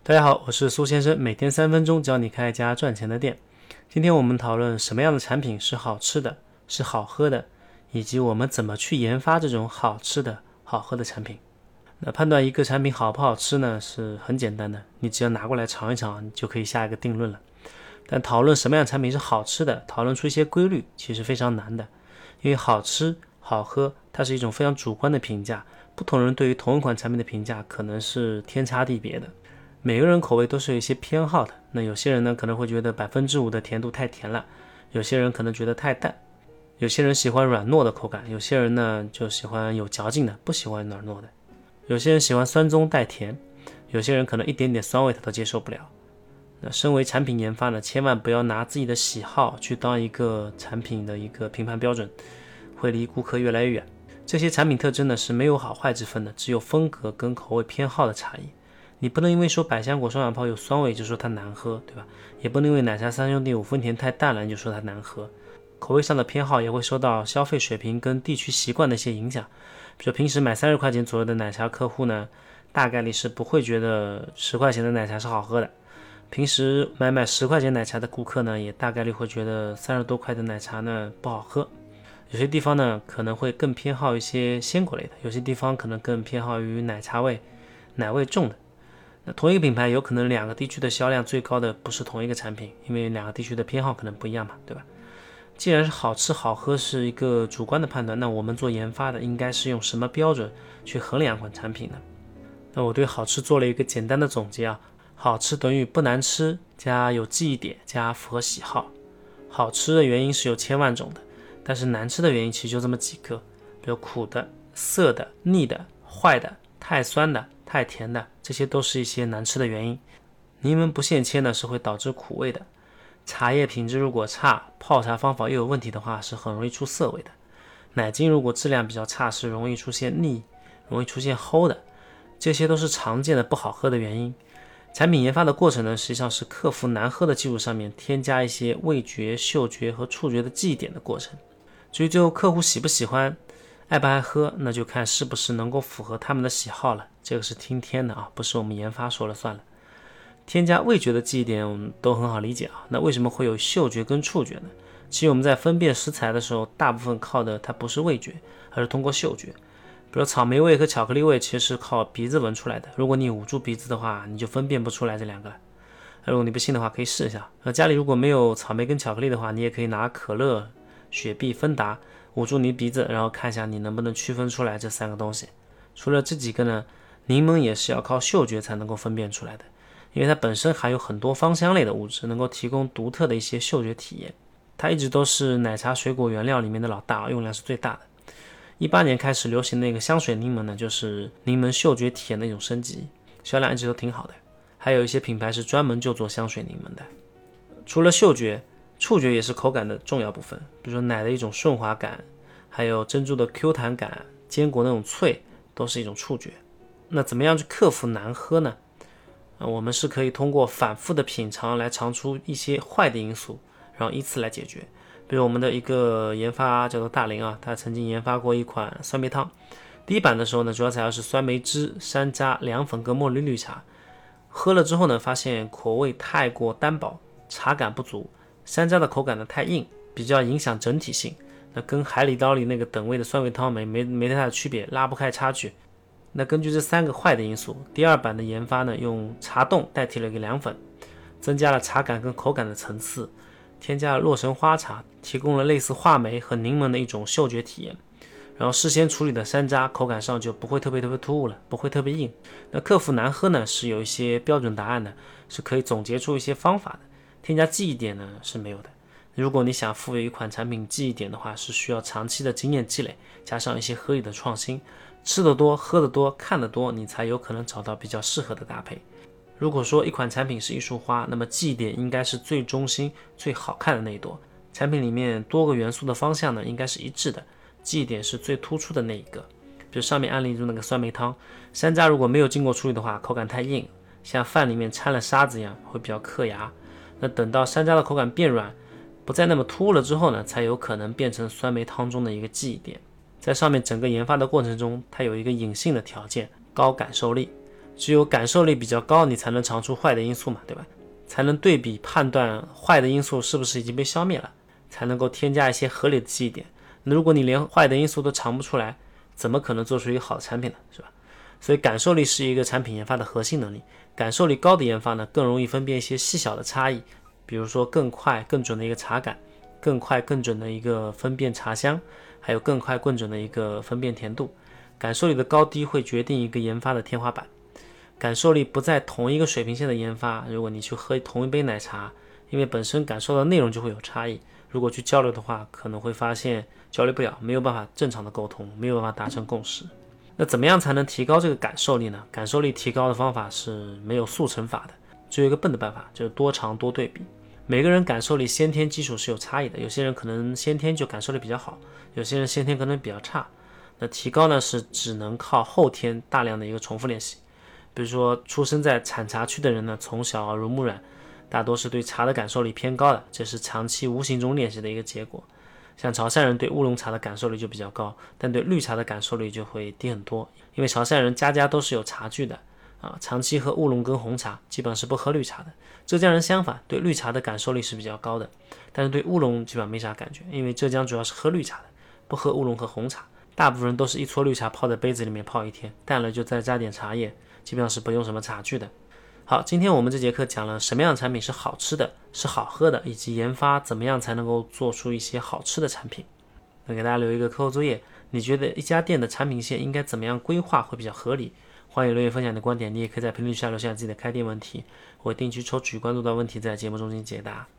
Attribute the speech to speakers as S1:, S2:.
S1: 大家好，我是苏先生，每天3分钟教你开一家赚钱的店。今天我们讨论什么样的产品是好吃的，是好喝的，以及我们怎么去研发这种好吃的、好喝的产品。那判断一个产品好不好吃呢，是很简单的，你只要拿过来尝一尝，你就可以下一个定论了。但讨论什么样的产品是好吃的，讨论出一些规律，其实非常难的。因为好吃、好喝，它是一种非常主观的评价，不同人对于同一款产品的评价可能是天差地别的。每个人口味都是有一些偏好的，那有些人呢可能会觉得5%的甜度太甜了，有些人可能觉得太淡，有些人喜欢软糯的口感，有些人呢就喜欢有嚼劲的，不喜欢软糯的，有些人喜欢酸中带甜，有些人可能一点点酸味他都接受不了。那身为产品研发呢，千万不要拿自己的喜好去当一个产品的一个评判标准，会离顾客越来越远。这些产品特征呢是没有好坏之分的，只有风格跟口味偏好的差异。你不能因为说百香果双响炮有酸味就说它难喝，对吧？也不能因为奶茶三兄弟5分甜太淡了你就说它难喝。口味上的偏好也会受到消费水平跟地区习惯的一些影响。比如平时买30块钱左右的奶茶客户呢，大概率是不会觉得10块钱的奶茶是好喝的。平时买10块钱奶茶的顾客呢，也大概率会觉得30多块的奶茶呢不好喝。有些地方呢可能会更偏好一些鲜果类的，有些地方可能更偏好于奶茶味、奶味重的。那同一个品牌有可能2个地区的销量最高的不是同一个产品，因为2个地区的偏好可能不一样嘛，对吧？既然是好吃好喝是一个主观的判断，那我们做研发的应该是用什么标准去衡量一款产品呢？那我对好吃做了一个简单的总结啊，好吃等于不难吃加有记忆点加符合喜好。好吃的原因是有千万种的，但是难吃的原因其实就这么几个，比如苦的、涩的、腻的、坏的、太酸的、太甜的，这些都是一些难吃的原因。柠檬不现切呢是会导致苦味的，茶叶品质如果差，泡茶方法又有问题的话是很容易出涩味的，奶精如果质量比较差是容易出现腻，容易出现齁的，这些都是常见的不好喝的原因。产品研发的过程呢，实际上是克服难喝的基础上面添加一些味觉、嗅觉和触觉的记忆点的过程。至于最后客户喜不喜欢、爱不爱喝，那就看是不是能够符合他们的喜好了，这个是听天的啊，不是我们研发说了算了。添加味觉的记忆点我们都很好理解啊，那为什么会有嗅觉跟触觉呢？其实我们在分辨食材的时候，大部分靠的它不是味觉，而是通过嗅觉。比如草莓味和巧克力味其实是靠鼻子闻出来的，如果你捂住鼻子的话，你就分辨不出来这2个了。如果你不信的话可以试一下，家里如果没有草莓跟巧克力的话，你也可以拿可乐、雪碧、芬达捂住你鼻子，然后看一下你能不能区分出来这3个东西。除了这几个呢，柠檬也是要靠嗅觉才能够分辨出来的，因为它本身含有很多芳香类的物质，能够提供独特的一些嗅觉体验。它一直都是奶茶水果原料里面的老大，用量是最大的。18年开始流行那个香水柠檬呢，就是柠檬嗅觉体验的一种升级，销量一直都挺好的。还有一些品牌是专门就做香水柠檬的。除了嗅觉，触觉也是口感的重要部分，比如说奶的一种顺滑感，还有珍珠的 Q 弹感，坚果那种脆，都是一种触觉。那怎么样去克服难喝呢？我们是可以通过反复的品尝来尝出一些坏的因素，然后依次来解决。比如我们的一个研发叫做大林啊，他曾经研发过一款酸梅汤。第一版的时候呢，主要材料是酸梅汁、山楂、凉粉跟茉莉绿茶。喝了之后呢，发现口味太过单薄，茶感不足，山楂的口感呢太硬，比较影响整体性。那跟海底捞里那个等位的酸梅汤没太大的区别，拉不开差距。那根据这3个坏的因素，第2版的研发呢，用茶冻代替了一个凉粉，增加了茶感跟口感的层次，添加了洛神花茶，提供了类似话梅和柠檬的一种嗅觉体验。然后事先处理的山楂口感上就不会特别突兀了，不会特别硬。那克服难喝呢，是有一些标准答案的，是可以总结出一些方法的。添加记忆点呢是没有的。如果你想赋予一款产品记忆点的话，是需要长期的经验积累，加上一些合理的创新。吃得多、喝得多、看得多，你才有可能找到比较适合的搭配。如果说一款产品是一束花，那么记忆点应该是最中心、最好看的那一朵。产品里面多个元素的方向呢，应该是一致的，记忆点是最突出的那一个。比如上面案例中那个酸梅汤，山楂如果没有经过处理的话，口感太硬，像饭里面掺了沙子一样，会比较硌牙。那等到山楂的口感变软，不再那么突兀了之后呢，才有可能变成酸梅汤中的一个记忆点。在上面整个研发的过程中，它有一个隐性的条件，高感受力。 只有感受力比较高，你才能尝出坏的因素嘛，对吧？才能对比判断坏的因素是不是已经被消灭了，才能够添加一些合理的记忆点。那如果你连坏的因素都尝不出来，怎么可能做出一个好的产品呢？是吧？所以感受力是一个产品研发的核心能力。感受力高的研发呢，更容易分辨一些细小的差异，比如说更快更准的一个茶感，更快更准的一个分辨茶香，还有更快更准的一个分辨甜度。感受力的高低会决定一个研发的天花板。感受力不在同一个水平线的研发，如果你去喝同一杯奶茶，因为本身感受到内容就会有差异，如果去交流的话，可能会发现交流不了，没有办法正常的沟通，没有办法达成共识。那怎么样才能提高这个感受力呢？感受力提高的方法是没有速成法的，只有一个笨的办法，就是多尝多对比。每个人感受力先天基础是有差异的，有些人可能先天就感受力比较好，有些人先天可能比较差。那提高呢，是只能靠后天大量的一个重复练习。比如说出生在产茶区的人呢，从小耳濡目染，大多是对茶的感受力偏高的，这是长期无形中练习的一个结果。像潮汕人对乌龙茶的感受力就比较高，但对绿茶的感受力就会低很多，因为潮汕人家家都是有茶具的长期喝乌龙跟红茶，基本上是不喝绿茶的。浙江人相反，对绿茶的感受力是比较高的，但是对乌龙基本上没啥感觉，因为浙江主要是喝绿茶的，不喝乌龙和红茶。大部分人都是一撮绿茶泡在杯子里面泡一天，淡了就再加点茶叶，基本上是不用什么茶具的。好，今天我们这节课讲了什么样的产品是好吃的，是好喝的，以及研发怎么样才能够做出一些好吃的产品。那给大家留一个课后作业，你觉得一家店的产品线应该怎么样规划会比较合理？欢迎留言分享你的观点，你也可以在评论区下留下自己的开店问题，我会定期抽取关注到问题在节目中进行解答。